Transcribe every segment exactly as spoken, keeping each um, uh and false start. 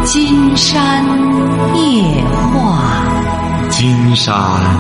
金山夜话， 金山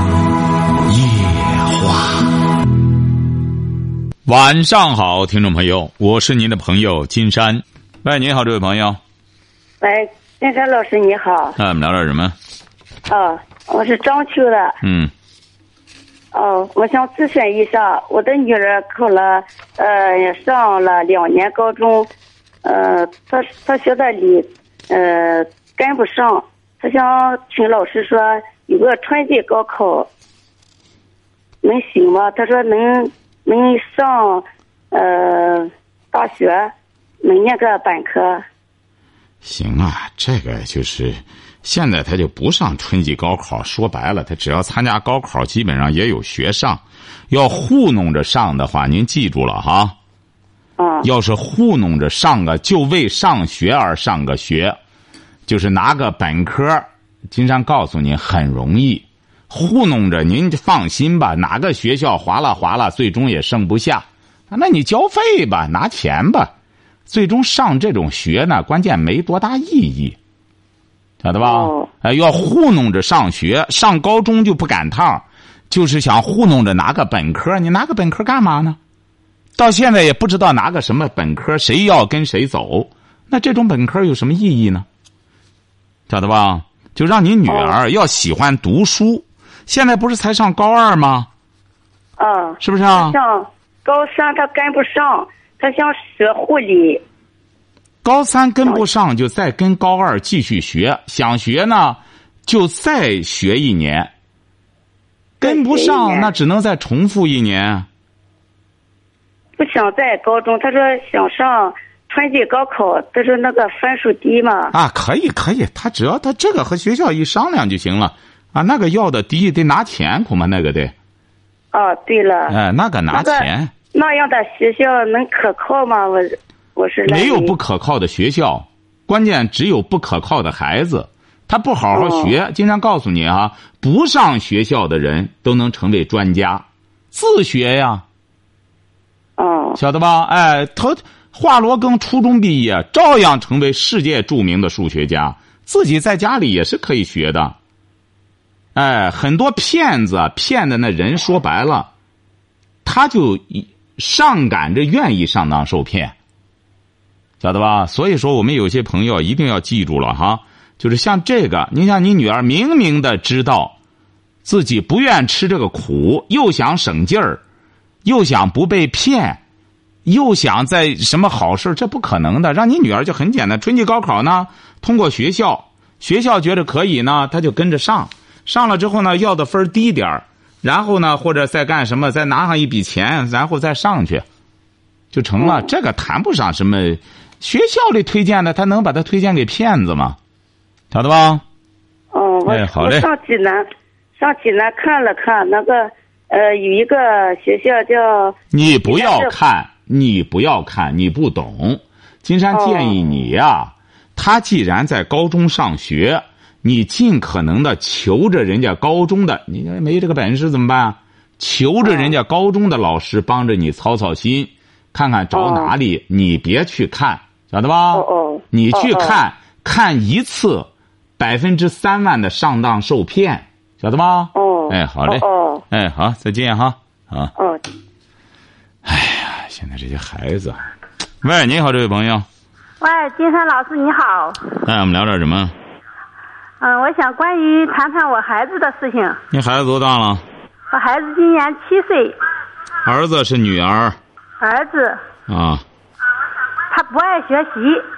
夜话。 晚上好，听众朋友，我是您的朋友金山。喂，你好，这位朋友。 喂，金山老师你好。 那我们聊点什么？ 哦，我是章丘的。 嗯。 哦，我想咨询一下，我的女儿考了，呃，上了两年高中，呃，她她学的理，呃，跟不上，她想请老师说有个春季高考，能行吗？她说能能上，呃，大学，能念个本科。 行啊，这个就是现在他就不上春季高考，说白了，他只要参加高考，基本上也有学上。要糊弄着上的话，您记住了哈。 啊。 要是糊弄着上个，就为上学而上个学，就是拿个本科，金山告诉您很容易。糊弄着您放心吧，哪个学校划拉划拉，最终也剩不下。那你交费吧，拿钱吧。最终上这种学呢，关键没多大意义，晓得吧？ 哦、 哎，要糊弄着上学，上高中就不赶趟，就是想糊弄着拿个本科。你拿个本科干嘛呢？到现在也不知道拿个什么本科，谁要跟谁走，那这种本科有什么意义呢？晓得吧？就让你女儿要喜欢读书。现在不是才上高二吗？ 啊， 是不是啊？ 上高三她跟不上。他想学护理， 高三跟不上就再跟高二继续学，想学呢就再学一年，跟不上那只能再重复一年。 不想在高中，他说想上春季高考，他说那个分数低嘛。 啊，可以可以，他只要他这个和学校一商量就行了啊，那个要的低得拿钱，恐怕那个得。 哦，对了。 哎，那个拿钱。 那样的学校能可靠吗？我我是没有不可靠的学校，关键只有不可靠的孩子。他不好好学，哦、经常告诉你啊，不上学校的人都能成为专家，自学呀。 哦， 晓得吧？哎，他华罗庚初中毕业，照样成为世界著名的数学家，自己在家里也是可以学的。哎，很多骗子骗的那人，说白了，他就上赶着愿意上当受骗，晓得吧？所以说我们有些朋友一定要记住了哈，就是像这个，你像你女儿明明的知道自己不愿吃这个苦，又想省劲儿，又想不被骗，又想在什么好事，这不可能的。让你女儿就很简单，春季高考呢，通过学校，学校觉得可以呢，她就跟着上，上了之后呢，要的分低点儿。然后呢，或者再干什么，再拿上一笔钱，然后再上去，就成了。嗯、这个谈不上什么学校里推荐的，他能把他推荐给骗子吗？晓得吧？ 哦，我、 哎、好嘞。 我上济南，上济南看了看那个，呃，有一个学校叫。 你不要看，你不要看，你不懂。金山建议你呀、啊，哦、他既然在高中上学。你尽可能的求着人家高中的，你没这个本事怎么办？求着人家高中的老师帮着你操操心，看看找哪里，哦、你别去看，晓得吧？ 哦哦， 你去看， 哦、 看一次，百分之三万的上当受骗，晓得吧？ 哦， 哎，好嘞， 哦， 哎，好，再见哈，啊。 哦。 哎呀，现在这些孩子，喂，你好，这位朋友。 喂，金山老师你好。 哎，我们聊点什么？ 嗯，我想关于谈谈我孩子的事情。 你孩子多大了？ 我孩子今年七岁。 儿子是女儿？ 儿子。 啊。 他不爱学习。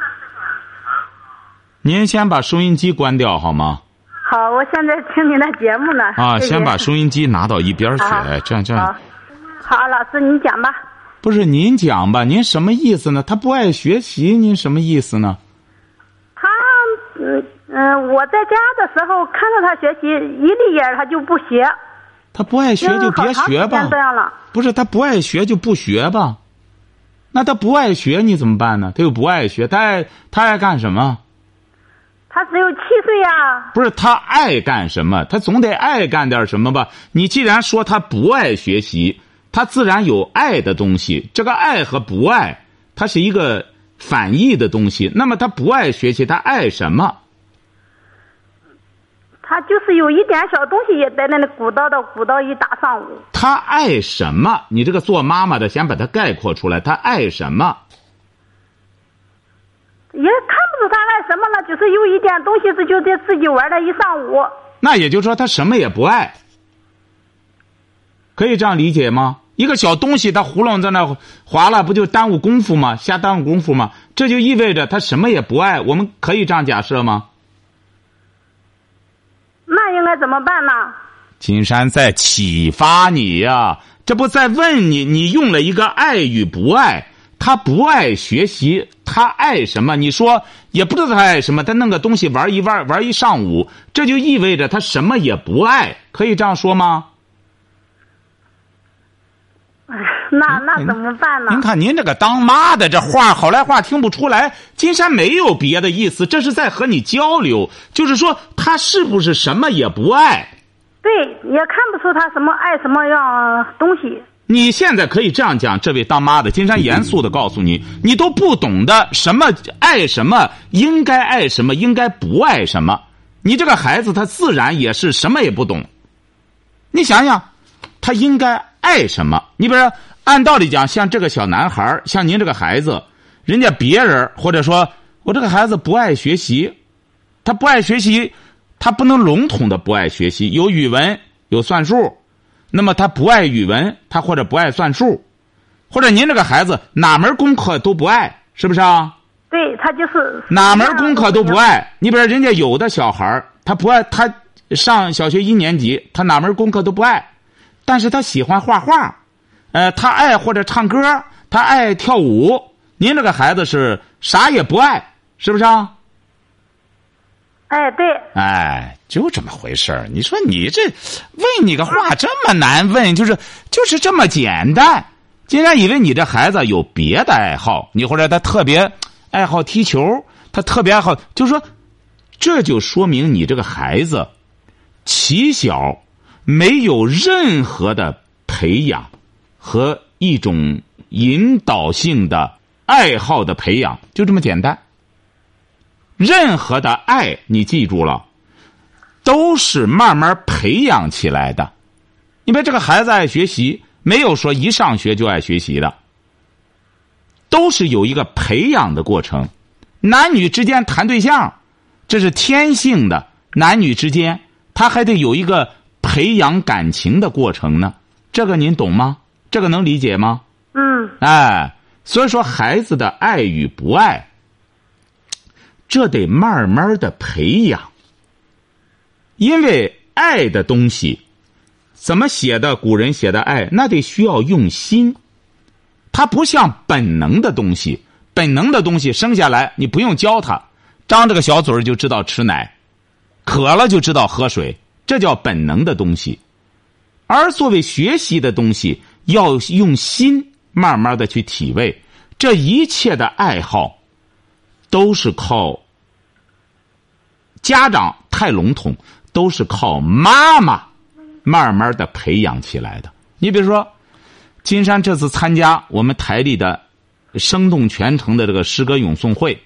您先把收音机关掉好吗？ 好，我现在听您的节目呢。 啊，先把收音机拿到一边去，哎，这样这样。 好，好，老师您讲吧。 不是您讲吧？您什么意思呢？他不爱学习，您什么意思呢？ 他嗯。嗯，我在家的时候看到他学习一粒眼他就不学。 他不爱学就别学吧。 这样了。 不是他不爱学就不学吧？那他不爱学你怎么办呢？他又不爱学，他爱他爱干什么？ 他只有七岁呀。 不是他爱干什么？他总得爱干点什么吧？你既然说他不爱学习，他自然有爱的东西。这个爱和不爱，它是一个反义的东西。那么他不爱学习，他爱什么？ 他就是有一点小东西也在那里鼓捣到鼓捣一大上午。 他爱什么？你这个做妈妈的先把它概括出来，他爱什么？ 也看不出他爱什么了，就是有一点东西是就得自己玩了一上午。 那也就是说他什么也不爱，可以这样理解吗？一个小东西他胡乱在那划了，不就耽误功夫吗？瞎耽误功夫吗？这就意味着他什么也不爱，我们可以这样假设吗？ 那应该怎么办呢？ 金山在启发你呀、啊，这不在问你，你用了一个爱与不爱，他不爱学习，他爱什么？你说也不知道他爱什么，他弄个东西玩一玩玩一上午，这就意味着他什么也不爱，可以这样说吗？ 那那怎么办呢？ 您看您这个当妈的这话好来话听不出来，金山没有别的意思，这是在和你交流，就是说他是不是什么也不爱？ 对，也看不出他什么爱什么样东西。 你现在可以这样讲，这位当妈的，金山严肃的告诉你，你都不懂得什么爱什么，应该爱什么，应该不爱什么。你这个孩子他自然也是什么也不懂。你想想，他应该爱什么？你比如说，按道理讲，像这个小男孩，像您这个孩子，人家别人或者说我这个孩子不爱学习，他不爱学习，他不能笼统的不爱学习，有语文，有算术。那么他不爱语文，他或者不爱算术，或者您这个孩子哪门功课都不爱，是不是啊？ 对，他就是哪门功课都不爱。你比如人家有的小孩他不爱，他上小学一年级，他哪门功课都不爱，但是他喜欢画画，呃，他爱或者唱歌，他爱跳舞。您这个孩子是啥也不爱，是不是啊？ 哎，对， 哎，就这么回事儿。你说你这问你个话这么难问，就是就是这么简单。竟然以为你这孩子有别的爱好，你或者他特别爱好踢球，他特别爱好，就是说，这就说明你这个孩子起小没有任何的培养和一种引导性的爱好的培养，就这么简单。任何的爱，你记住了，都是慢慢培养起来的。你别这个孩子爱学习，没有说一上学就爱学习的，都是有一个培养的过程。男女之间谈对象，这是天性的，男女之间他还得有一个培养感情的过程呢。这个您懂吗？这个能理解吗？ 嗯， 哎，所以说孩子的爱与不爱，这得慢慢的培养。因为爱的东西怎么写的，古人写的爱，那得需要用心。它不像本能的东西，本能的东西生下来你不用教它，张这个小嘴就知道吃奶，渴了就知道喝水，这叫本能的东西。而作为学习的东西，要用心慢慢的去体味。这一切的爱好都是靠家长，太笼统，都是靠妈妈慢慢的培养起来的。你比如说金山这次参加我们台里的生动全程的这个诗歌咏诵会，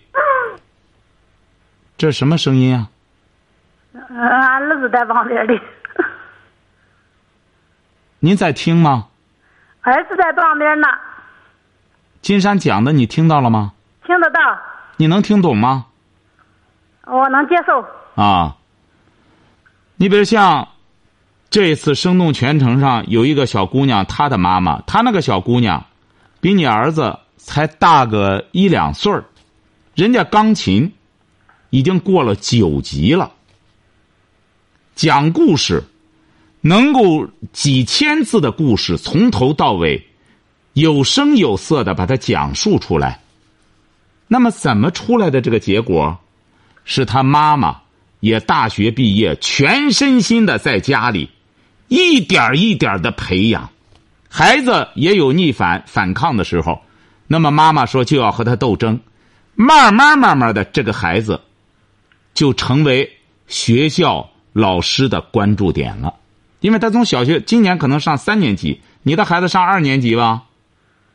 这是什么声音啊？ 俺儿子在旁边的。 您在听吗？ 儿子在旁边呢。 金山讲的你听到了吗？ 听得到。 你能听懂吗？ 我能接受。 啊，你比如像这次生动全程上有一个小姑娘，她的妈妈，她那个小姑娘比你儿子才大个一两岁儿，人家钢琴已经过了九级了，讲故事能够几千字的故事从头到尾有声有色的把它讲述出来。那么怎么出来的这个结果？是他妈妈也大学毕业，全身心的在家里一点一点的培养。孩子也有逆反反抗的时候，那么妈妈说就要和他斗争，慢慢慢慢的这个孩子就成为学校老师的关注点了。因为他从小学今年可能上三年级，你的孩子上二年级吧？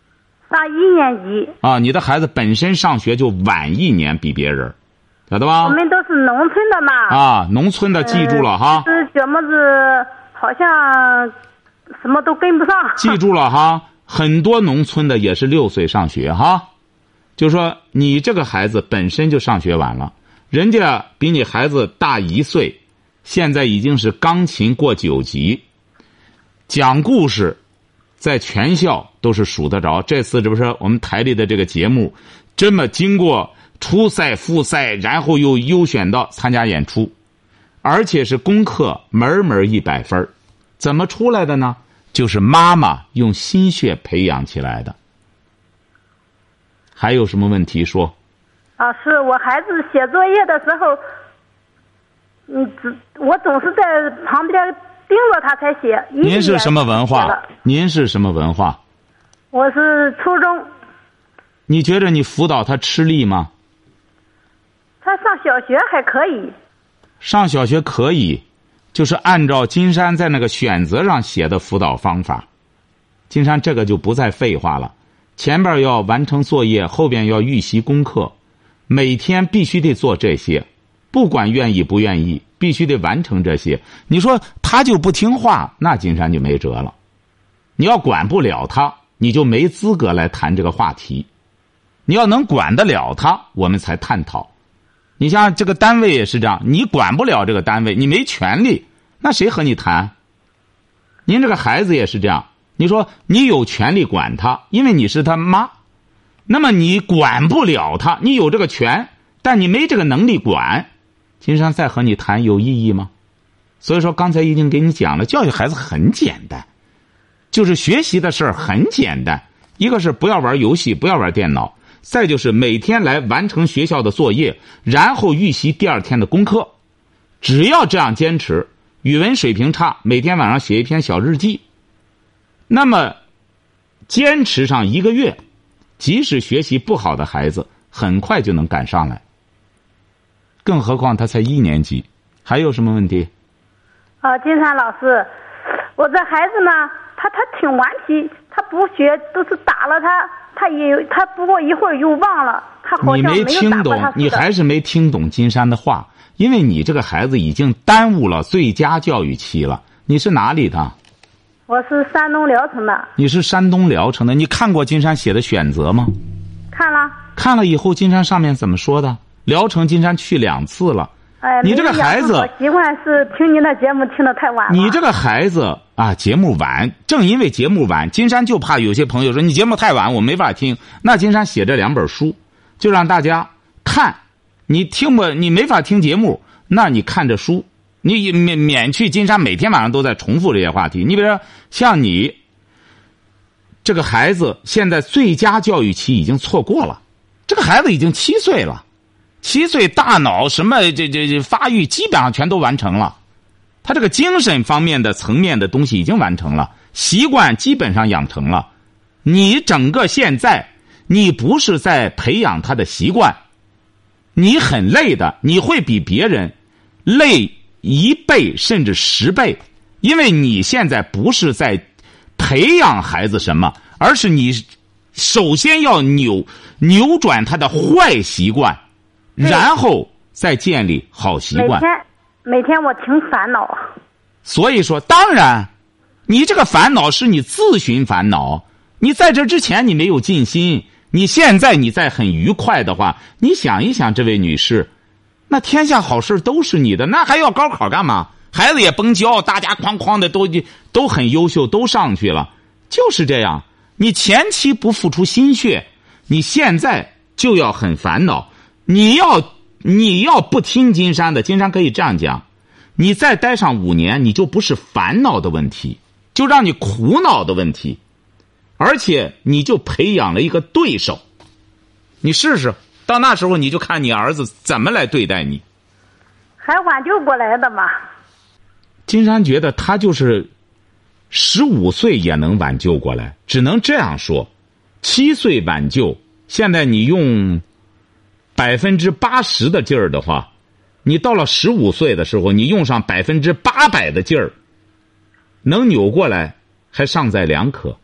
上一年级。 啊，你的孩子本身上学就晚一年，比别人，晓得吧？ 我们都是农村的嘛。 啊，农村的记住了哈。 是小么子，好像什么都跟不上。 记住了哈，很多农村的也是六岁上学哈。就说你这个孩子本身就上学晚了，人家比你孩子大一岁，现在已经是钢琴过九级，讲故事在全校都是数得着。这次这不是我们台里的这个节目，这么经过初赛、复赛，然后又优选到参加演出，而且是功课门门一百分，怎么出来的呢？就是妈妈用心血培养起来的。还有什么问题说？ 啊，是我孩子写作业的时候，嗯，只我总是在旁边盯着他才写。 您是什么文化？您是什么文化？ 我是初中。 你觉得你辅导他吃力吗？ 他上小学还可以。 上小学可以，就是按照金山在那个选择上写的辅导方法。金山这个就不再废话了。前边要完成作业，后边要预习功课，每天必须得做这些，不管愿意不愿意，必须得完成这些。你说他就不听话，那金山就没辙了。你要管不了他，你就没资格来谈这个话题。你要能管得了他，我们才探讨。你像这个单位也是这样，你管不了这个单位，你没权利，那谁和你谈？您这个孩子也是这样。你说你有权利管他，因为你是他妈，那么你管不了他，你有这个权，但你没这个能力管，金山再和你谈有意义吗？所以说刚才已经给你讲了，教育孩子很简单，就是学习的事儿很简单，一个是不要玩游戏，不要玩电脑，再就是每天来完成学校的作业，然后预习第二天的功课。只要这样坚持，语文水平差，每天晚上写一篇小日记，那么坚持上一个月，即使学习不好的孩子很快就能赶上来，更何况他才一年级。还有什么问题？ 啊，金山老师，我这孩子呢，他他挺顽皮，他不学都是打了他，他也他不过一会儿又忘了，他好像没有打过他似的。 你还是没听懂金山的话，因为你这个孩子已经耽误了最佳教育期了。你是哪里的？ 我是山东聊城的。 你是山东聊城的，你看过金山写的选择吗？ 看了。 看了以后，金山上面怎么说的？聊城金山去两次了。 哎， 你这个孩子， 我习惯是听您的节目听得太晚了。 你这个孩子啊，节目晚，正因为节目晚，金山就怕有些朋友说你节目太晚，我没法听。那金山写这两本书，就让大家看，你听不，你没法听节目，那你看着书。你免免去金山每天晚上都在重复这些话题。你比如说像你这个孩子，现在最佳教育期已经错过了，这个孩子已经七岁了，七岁大脑什么这这这发育基本上全都完成了，他这个精神方面的层面的东西已经完成了，习惯基本上养成了。你整个现在你不是在培养他的习惯，你很累的，你会比别人累一倍甚至十倍，因为你现在不是在培养孩子什么，而是你首先要扭扭转他的坏习惯，然后再建立好习惯。 每天每天我挺烦恼。 所以说当然你这个烦恼是你自寻烦恼，你在这之前你没有尽心，你现在你在很愉快的话，你想一想这位女士，那天下好事都是你的，那还要高考干嘛？孩子也甭教，大家哐哐的都都很优秀，都上去了，就是这样。你前期不付出心血，你现在就要很烦恼。你要你要不听金山的，金山可以这样讲，你再待上五年，你就不是烦恼的问题，就让你苦恼的问题，而且你就培养了一个对手。你试试，到那时候你就看你儿子怎么来对待你。 还挽救过来的嘛？ 金山觉得他就是十五岁也能挽救过来，只能这样说。七岁挽救，现在你用百分之八十的劲儿的话，你到了十五岁的时候，你用上百分之八百的劲儿，能扭过来还尚在两可。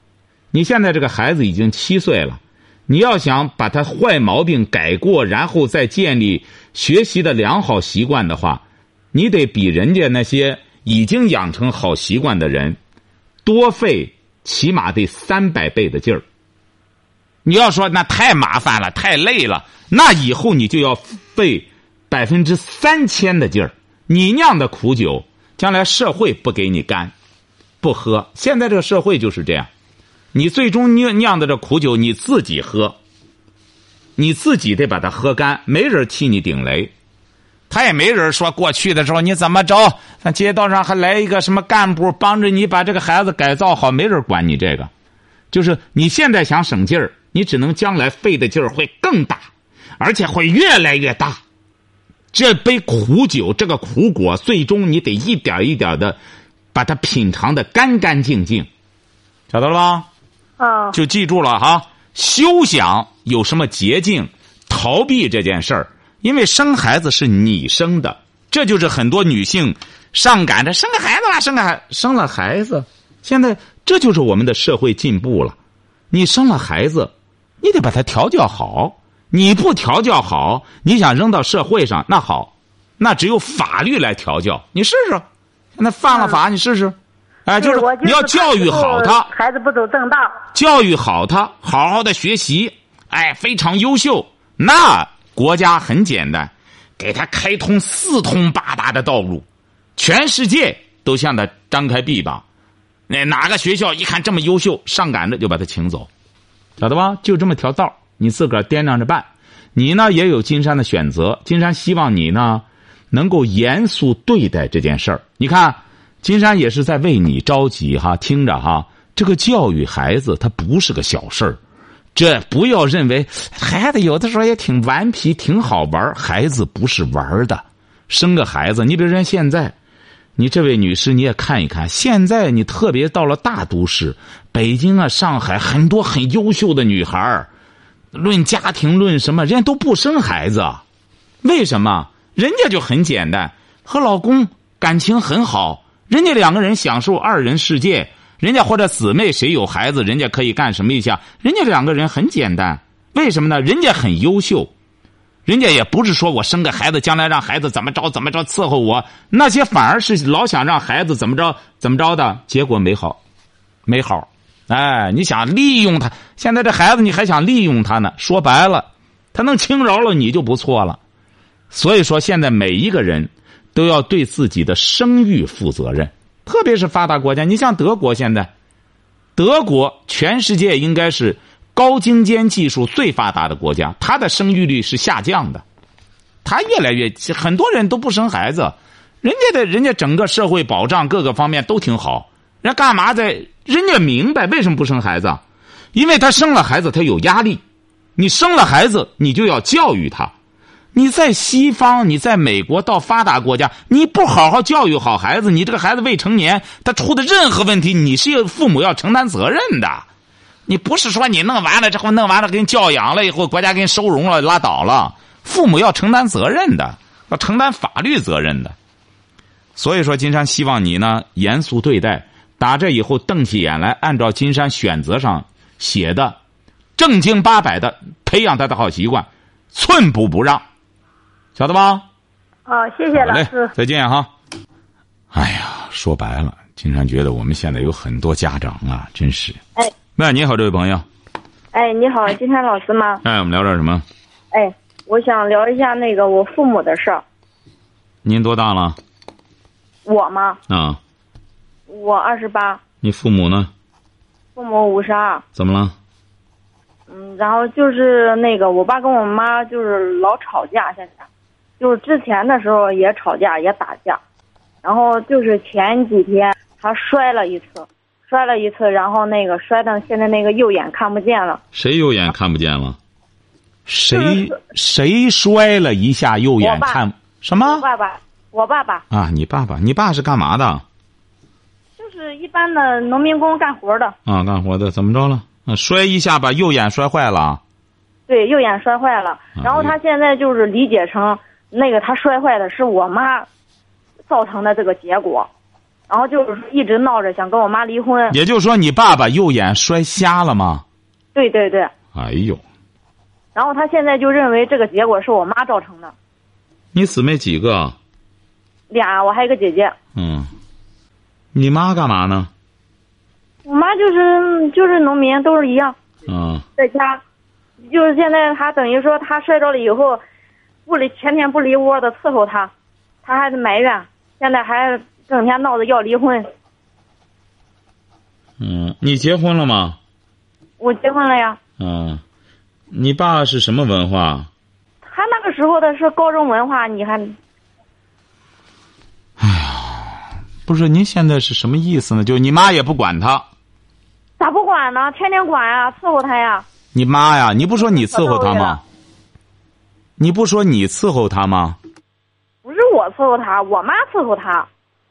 你现在这个孩子已经七岁了，你要想把他坏毛病改过，然后再建立学习的良好习惯的话，你得比人家那些已经养成好习惯的人多费起码得三百倍的劲儿。你要说那太麻烦了，太累了，那以后你就要费百分之三千的劲儿。你酿的苦酒，将来社会不给你干，不喝。现在这个社会就是这样，你最终酿酿的这苦酒你自己喝，你自己得把它喝干，没人替你顶雷。他也没人说过去的时候你怎么着，咱街道上还来一个什么干部帮着你把这个孩子改造好，没人管你这个。就是你现在想省劲儿，你只能将来费的劲儿会更大，而且会越来越大。这杯苦酒，这个苦果，最终你得一点一点的把它品尝的干干净净，晓得了吧？ 啊， 就记住了哈。休想有什么捷径逃避这件事儿，因为生孩子是你生的，这就是很多女性上赶着生个孩子吧，生个孩生了孩子，现在这就是我们的社会进步了。你生了孩子，你得把它调教好。你不调教好，你想扔到社会上，那好，那只有法律来调教。你试试，现在犯了法，你试试。哎，就是你要教育好他， 孩子不走正道， 教育好他，好好的学习，哎，非常优秀。那国家很简单，给他开通四通八达的道路，全世界都向他张开臂膀。那哪个学校一看这么优秀，上赶着就把他请走，晓得吧？就这么条道。你自个儿掂量着办。你呢也有金山的选择，金山希望你呢能够严肃对待这件事儿。你看金山也是在为你着急哈，听着哈，这个教育孩子它不是个小事儿，这不要认为孩子有的时候也挺顽皮挺好玩，孩子不是玩的。生个孩子，你比如说现在你这位女士你也看一看，现在你特别到了大都市，北京啊上海，很多很优秀的女孩，论家庭论什么，人家都不生孩子。为什么？人家就很简单，和老公感情很好，人家两个人享受二人世界，人家或者姊妹谁有孩子，人家可以干什么一下，人家两个人很简单。为什么呢？人家很优秀，人家也不是说我生个孩子将来让孩子怎么着怎么着伺候我，那些反而是老想让孩子怎么着怎么着的，结果没好没好。哎，你想利用他，现在这孩子你还想利用他呢，说白了他能轻饶了你就不错了。所以说现在每一个人都要对自己的生育负责任，特别是发达国家。你像德国，现在德国全世界应该是高精尖技术最发达的国家，它的生育率是下降的，它越来越很多人都不生孩子，人家的人家整个社会保障各个方面都挺好，人家干嘛在？人家明白为什么不生孩子，因为他生了孩子他有压力，你生了孩子你就要教育他。你在西方，你在美国到发达国家，你不好好教育好孩子，你这个孩子未成年，他出的任何问题你是父母要承担责任的。你不是说你弄完了之后弄完了给你教养了以后国家给你收容了拉倒了，父母要承担责任的，要承担法律责任的。所以说金山希望你呢严肃对待，打这以后瞪起眼来，按照金山选择上写的正经八百的培养他的好习惯，寸步不让，晓得吧？ 哦，谢谢老师， 再见哈。哎呀，说白了，金山觉得我们现在有很多家长啊，真是。 哎， 喂，你好，这位朋友。 哎，你好，金山老师吗？ 哎，我们聊点什么？ 哎，我想聊一下那个我父母的事儿。 您多大了？ 我吗？ 啊。 我二十八。 你父母呢？ 父母五十二。 怎么了？ 嗯，然后就是那个我爸跟我妈就是老吵架，现在就是之前的时候也吵架也打架，然后就是前几天他摔了一次，摔了一次，然后那个摔的现在那个右眼看不见了。 谁右眼看不见了？谁谁摔了一下右眼看什么？ 我爸爸，我爸爸啊，你爸爸，你爸是干嘛的？ 就是一般的农民工干活的。 啊，干活的，怎么着了？啊，摔一下把右眼摔坏了。 对，右眼摔坏了，然后他现在就是理解成那个他摔坏的是我妈造成的这个结果， 然后就是一直闹着想跟我妈离婚。 也就是说，你爸爸右眼摔瞎了吗？ 对对对。 哎呦。 然后他现在就认为这个结果是我妈造成的。 你姊妹几个？ 俩，我还有一个姐姐。 嗯。你妈干嘛呢？ 我妈就是就是农民，都是一样。 嗯。 在家，就是现在她等于说她摔着了以后，不离天天不离窝的伺候她，她还是埋怨，现在还整天闹着要离婚。 嗯，你结婚了吗？ 我结婚了呀。 嗯，你爸是什么文化？ 他那个时候的是高中文化，你还。 哎呀，不是，您现在是什么意思呢？就你妈也不管他。 咋不管呢？天天管呀，伺候他呀。 你妈呀，你不说你伺候他吗？你不说你伺候他吗？ 不是我伺候他，我妈伺候他。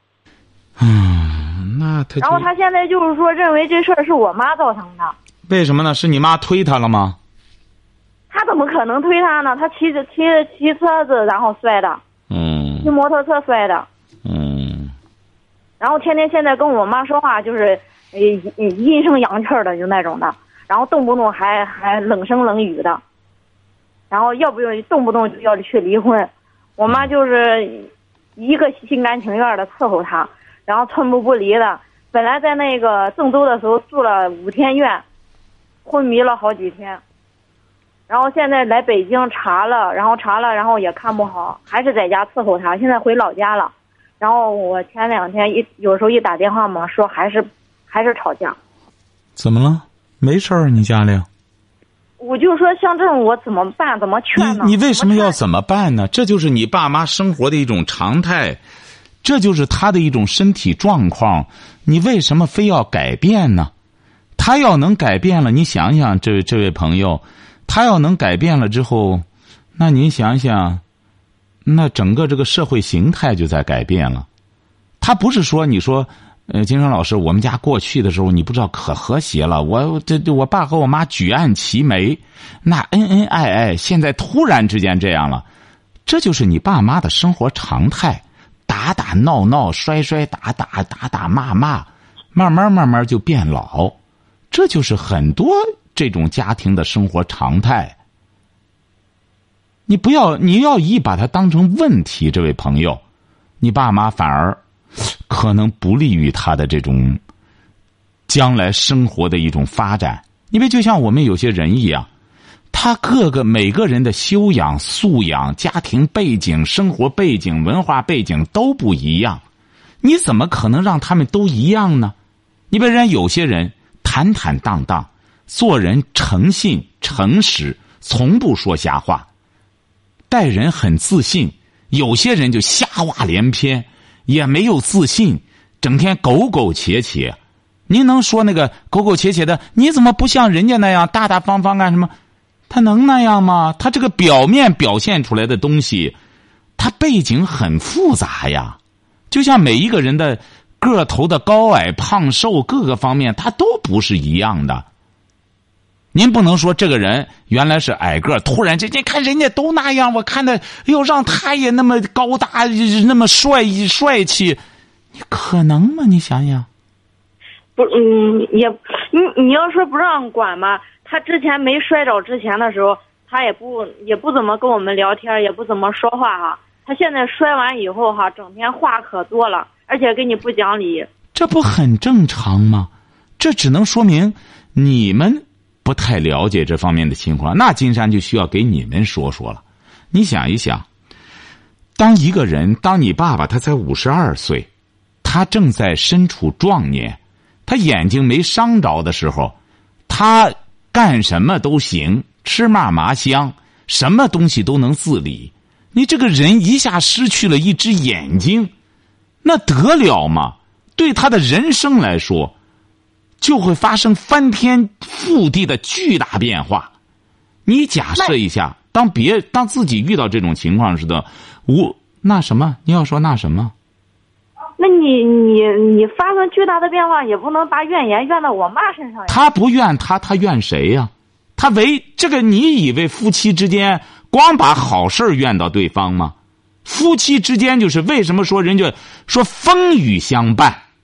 嗯，那他。 然后他现在就是说，认为这事儿是我妈造成的。 为什么呢？是你妈推他了吗？ 他怎么可能推他呢？他骑着骑骑车子，然后摔的。 嗯。 骑摩托车摔的。 嗯。 然后天天现在跟我妈说话，就是阴阴声阳气儿的，就那种的。然后动不动还还冷声冷语的。然后要不就动不动就要去离婚。我妈就是一个心甘情愿的伺候他，然后寸步不离的。本来在那个郑州的时候住了五天院，昏迷了好几天。然后现在来北京查了，然后查了，然后也看不好，还是在家伺候他。现在回老家了，然后我前两天一有时候一打电话嘛，说还是还是吵架。 怎么了？没事儿，你家里？ 我就说像这种我怎么办？怎么劝呢？ 你你为什么要怎么办呢？这就是你爸妈生活的一种常态，这就是他的一种身体状况。你为什么非要改变呢？他要能改变了，你想想，这位这位朋友。他要能改变了之后，那您想想，那整个这个社会形态就在改变了。他不是说你说，呃，金生老师，我们家过去的时候你不知道可和谐了，我这我爸和我妈举案齐眉，那恩恩爱爱，现在突然之间这样了，这就是你爸妈的生活常态，打打闹闹，摔摔打打，打打骂骂，慢慢慢慢就变老，这就是很多。这种家庭的生活常态，你不要，你要一把它当成问题，这位朋友，你爸妈反而可能不利于他的这种将来生活的一种发展。因为就像我们有些人一样，他各个每个人的修养、素养、家庭背景、生活背景、文化背景都不一样，你怎么可能让他们都一样呢？你比如人有些人坦坦荡荡。做人诚信诚实，从不说瞎话，待人很自信。有些人就瞎话连篇，也没有自信，整天苟苟且且。您能说那个苟苟且且的，你怎么不像人家那样大大方方干什么？他能那样吗？他这个表面表现出来的东西，他背景很复杂呀。就像每一个人的个头的高矮胖瘦各个方面，他都不是一样的。您不能说这个人原来是矮个，突然之间看人家都那样，我看的，哎呦，让他也那么高大，那么帅帅气，你可能吗？你想想， 不，嗯，也，你你要说不让管嘛，他之前没摔着之前的时候，他也不也不怎么跟我们聊天，也不怎么说话哈。他现在摔完以后哈，整天话可多了，而且跟你不讲理， 这不很正常吗？这只能说明你们不太了解这方面的情况，那金山就需要给你们说说了。你想一想，当一个人，当你爸爸他才五十二岁，他正在身处壮年，他眼睛没伤着的时候，他干什么都行，吃嘛嘛香，什么东西都能自理。你这个人一下失去了一只眼睛，那得了吗？对他的人生来说，就会发生翻天覆地的巨大变化。你假设一下，当别当自己遇到这种情况时的，我那什么，你要说那什么？ 那你你你发生巨大的变化，也不能把怨言怨到我妈身上呀。 他不怨他，他怨谁呀？他为这个，你以为夫妻之间光把好事怨到对方吗？夫妻之间就是为什么说人家说风雨相伴，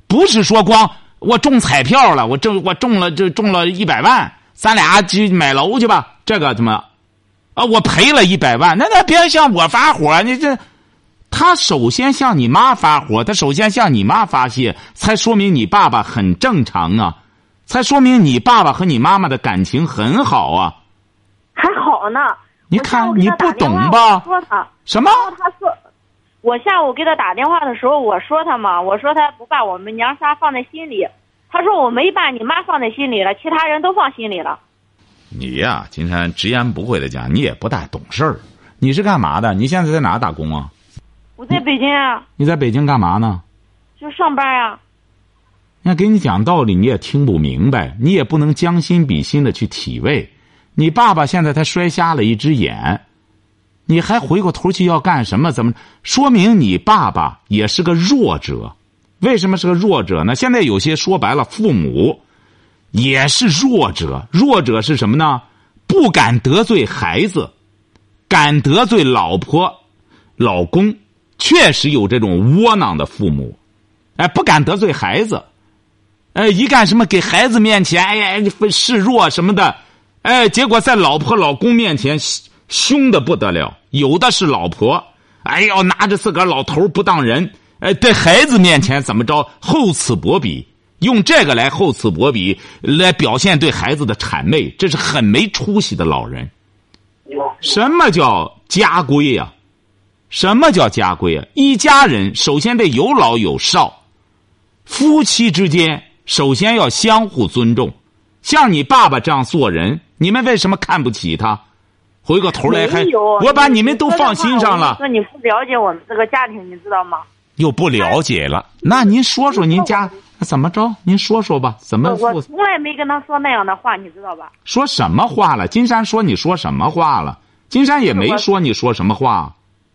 不是说光我中彩票了，我中我中了就中了一百万，咱俩去买楼去吧。这个怎么啊？我赔了一百万，那那别向我发火，你这。他首先向你妈发火，他首先向你妈发泄，才说明你爸爸很正常啊，才说明你爸爸和你妈妈的感情很好啊。 还好呢。 你看你不懂吧？ 我说他什么？ 他说，我下午给他打电话的时候，我说他嘛，我说他不把我们娘仨放在心里。他说我没把你妈放在心里了，其他人都放心里了。 你呀，金山直言不讳的讲，你也不大懂事儿。你是干嘛的？你现在在哪打工啊？ 我在北京啊。 你在北京干嘛呢？ 就上班啊。 那给你讲道理你也听不明白，你也不能将心比心的去体味。你爸爸现在他摔瞎了一只眼，你还回过头去要干什么？怎么说明你爸爸也是个弱者？为什么是个弱者呢？现在有些说白了，父母也是弱者。弱者是什么呢？不敢得罪孩子，敢得罪老婆老公。确实有这种窝囊的父母，哎，不敢得罪孩子，哎，一干什么给孩子面前，哎呀，示弱什么的，哎，结果在老婆老公面前凶的不得了。有的是老婆，哎呦，拿着自个儿老头不当人，哎，在孩子面前怎么着厚此薄彼，用这个来厚此薄彼，来表现对孩子的谄媚，这是很没出息的老人。什么叫家规呀？什么叫家规啊？一家人首先得有老有少，夫妻之间首先要相互尊重。像你爸爸这样做人，你们为什么看不起他？回过头来还我把你们都放心上了。 说你不了解我们这个家庭，你知道吗？ 又不了解了，那您说说您家怎么着？您说说吧，怎么？ 我从来没跟他说那样的话，你知道吧？ 说什么话了？金山说你说什么话了？金山也没说你说什么话。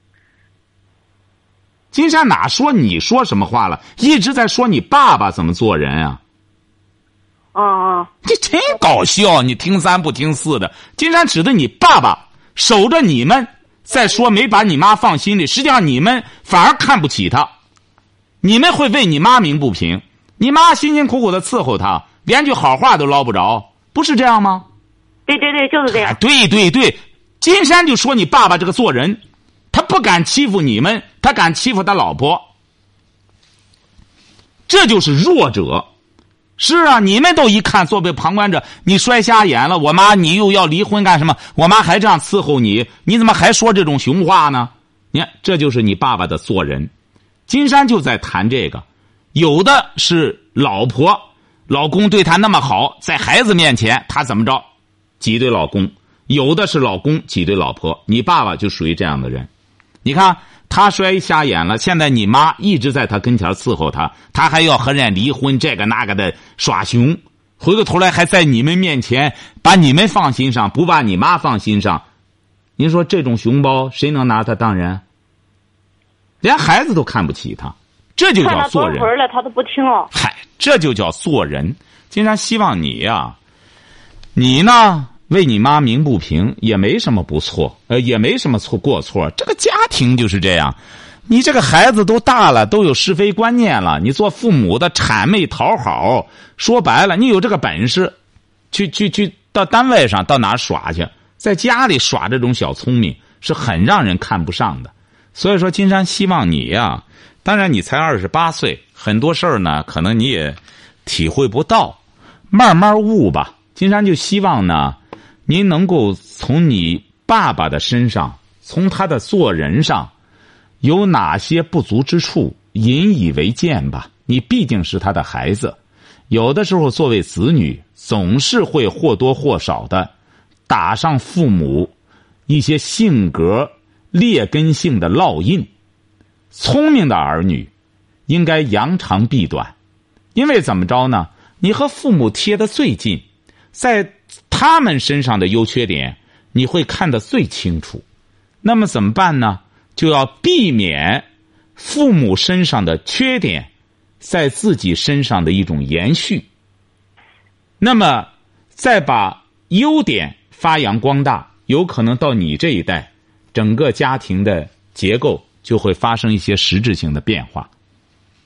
金山哪说你说什么话了？一直在说你爸爸怎么做人啊！ 嗯嗯， 这真搞笑！你听三不听四的。金山指的你爸爸守着你们，再说没把你妈放心里，实际上你们反而看不起他，你们会为你妈鸣不平。你妈辛辛苦苦的伺候他，连句好话都捞不着，不是这样吗？ 对对对，就是这样。 对对对，金山就说你爸爸这个做人。他不敢欺负你们，他敢欺负他老婆，这就是弱者。是啊，你们都一看，作为旁观者，你摔瞎眼了，我妈你又要离婚干什么？我妈还这样伺候你，你怎么还说这种熊话呢？你看，这就是你爸爸的做人。金山就在谈这个，有的是老婆老公对他那么好，在孩子面前他怎么着挤兑老公，有的是老公挤兑老婆，你爸爸就属于这样的人。你看他摔瞎眼了，现在你妈一直在他跟前伺候他，他还要和人离婚，这个那个的耍熊，回过头来还在你们面前把你们放心上，不把你妈放心上。您说这种熊包谁能拿他当人？连孩子都看不起他，这就叫做人。 看他多回了，他都不听了。 嗨，这就叫做人。金山希望你呀、啊，你呢？为你妈鸣不平也没什么不错，呃，也没什么错过错。这个家庭就是这样，你这个孩子都大了，都有是非观念了，你做父母的谄媚讨好，说白了，你有这个本事，去去去到单位上到哪儿耍去，在家里耍这种小聪明是很让人看不上的。所以说，金山希望你呀、啊，当然你才二十八岁，很多事儿呢，可能你也体会不到，慢慢悟吧。金山就希望呢。您能够从你爸爸的身上，从他的做人上，有哪些不足之处，引以为鉴吧。你毕竟是他的孩子，有的时候作为子女，总是会或多或少的打上父母一些性格劣根性的烙印。聪明的儿女应该扬长避短，因为怎么着呢？你和父母贴得最近，在他们身上的优缺点你会看得最清楚，那么怎么办呢？就要避免父母身上的缺点在自己身上的一种延续，那么再把优点发扬光大，有可能到你这一代整个家庭的结构就会发生一些实质性的变化。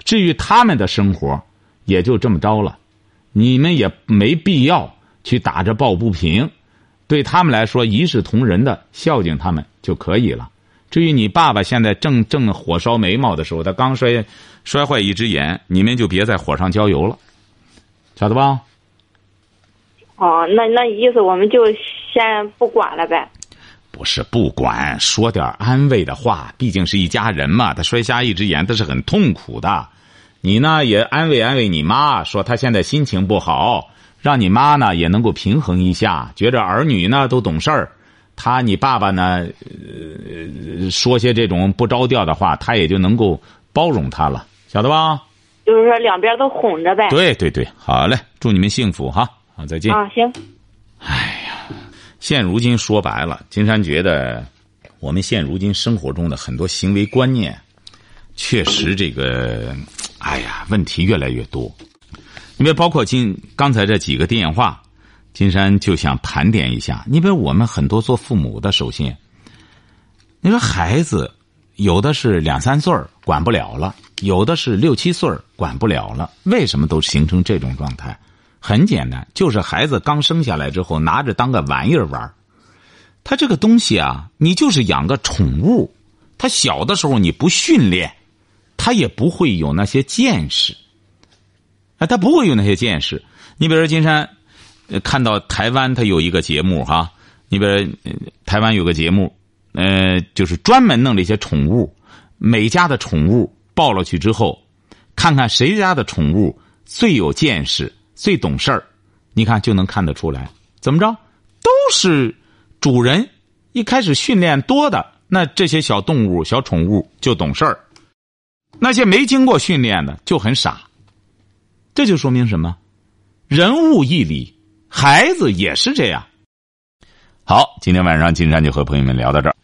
至于他们的生活，也就这么着了。你们也没必要去打着抱不平，对他们来说一视同仁的孝敬他们就可以了。至于你爸爸现在正正火烧眉毛的时候，他刚摔摔坏一只眼，你们就别在火上浇油了，晓得吧？ 哦，那那意思我们就先不管了呗。 不是不管，说点安慰的话，毕竟是一家人嘛。他摔瞎一只眼，他是很痛苦的。你呢也安慰安慰你妈，说他现在心情不好，让你妈呢也能够平衡一下，觉着儿女呢都懂事儿。他你爸爸呢、呃、说些这种不着调的话，他也就能够包容他了，晓得吧？ 就是说两边都哄着呗。 对对对，好嘞，祝你们幸福哈。好，再见。 啊，行。 哎呀，现如今说白了，金山觉得我们现如今生活中的很多行为观念，确实这个，哎呀，问题越来越多。因为包括今刚才这几个电话，金山就想盘点一下。因为我们很多做父母的，首先，你说孩子有的是两三岁管不了了，有的是六七岁管不了了，为什么都形成这种状态？很简单，就是孩子刚生下来之后拿着当个玩意儿玩。他这个东西啊，你就是养个宠物，他小的时候你不训练，他也不会有那些见识。啊，他不会有那些见识。你比如说金山看到台湾他有一个节目哈，你比如台湾有个节目，呃，就是专门弄了一些宠物，每家的宠物抱了去之后，看看谁家的宠物最有见识，最懂事儿，你看就能看得出来。怎么着？都是主人一开始训练多的，那这些小动物、小宠物就懂事儿；那些没经过训练的就很傻。这就说明什么？人物义理，孩子也是这样。好，今天晚上金山就和朋友们聊到这儿。